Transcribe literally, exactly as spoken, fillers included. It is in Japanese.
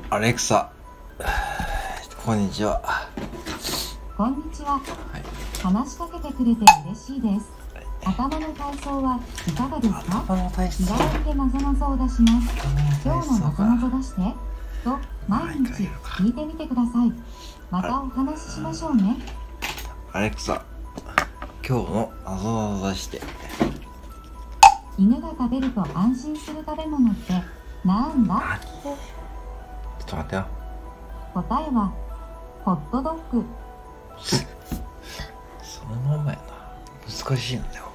アレクサ、こんにちは。 こんにちは、はい、話しかけてくれて嬉しいです。頭の体操はいかがですか？ 頭の体操、 気軽でなぞなぞを出します。今日のなぞなぞ出してと毎日聞いてみてください。またお話ししましょうね。 アレクサ、今日のなぞなぞ出して。 犬が食べると安心する食べ物ってなんだ？ ちょっと待ってよ。 答えはホットドッグ。 そのままやな。難しいんだよ。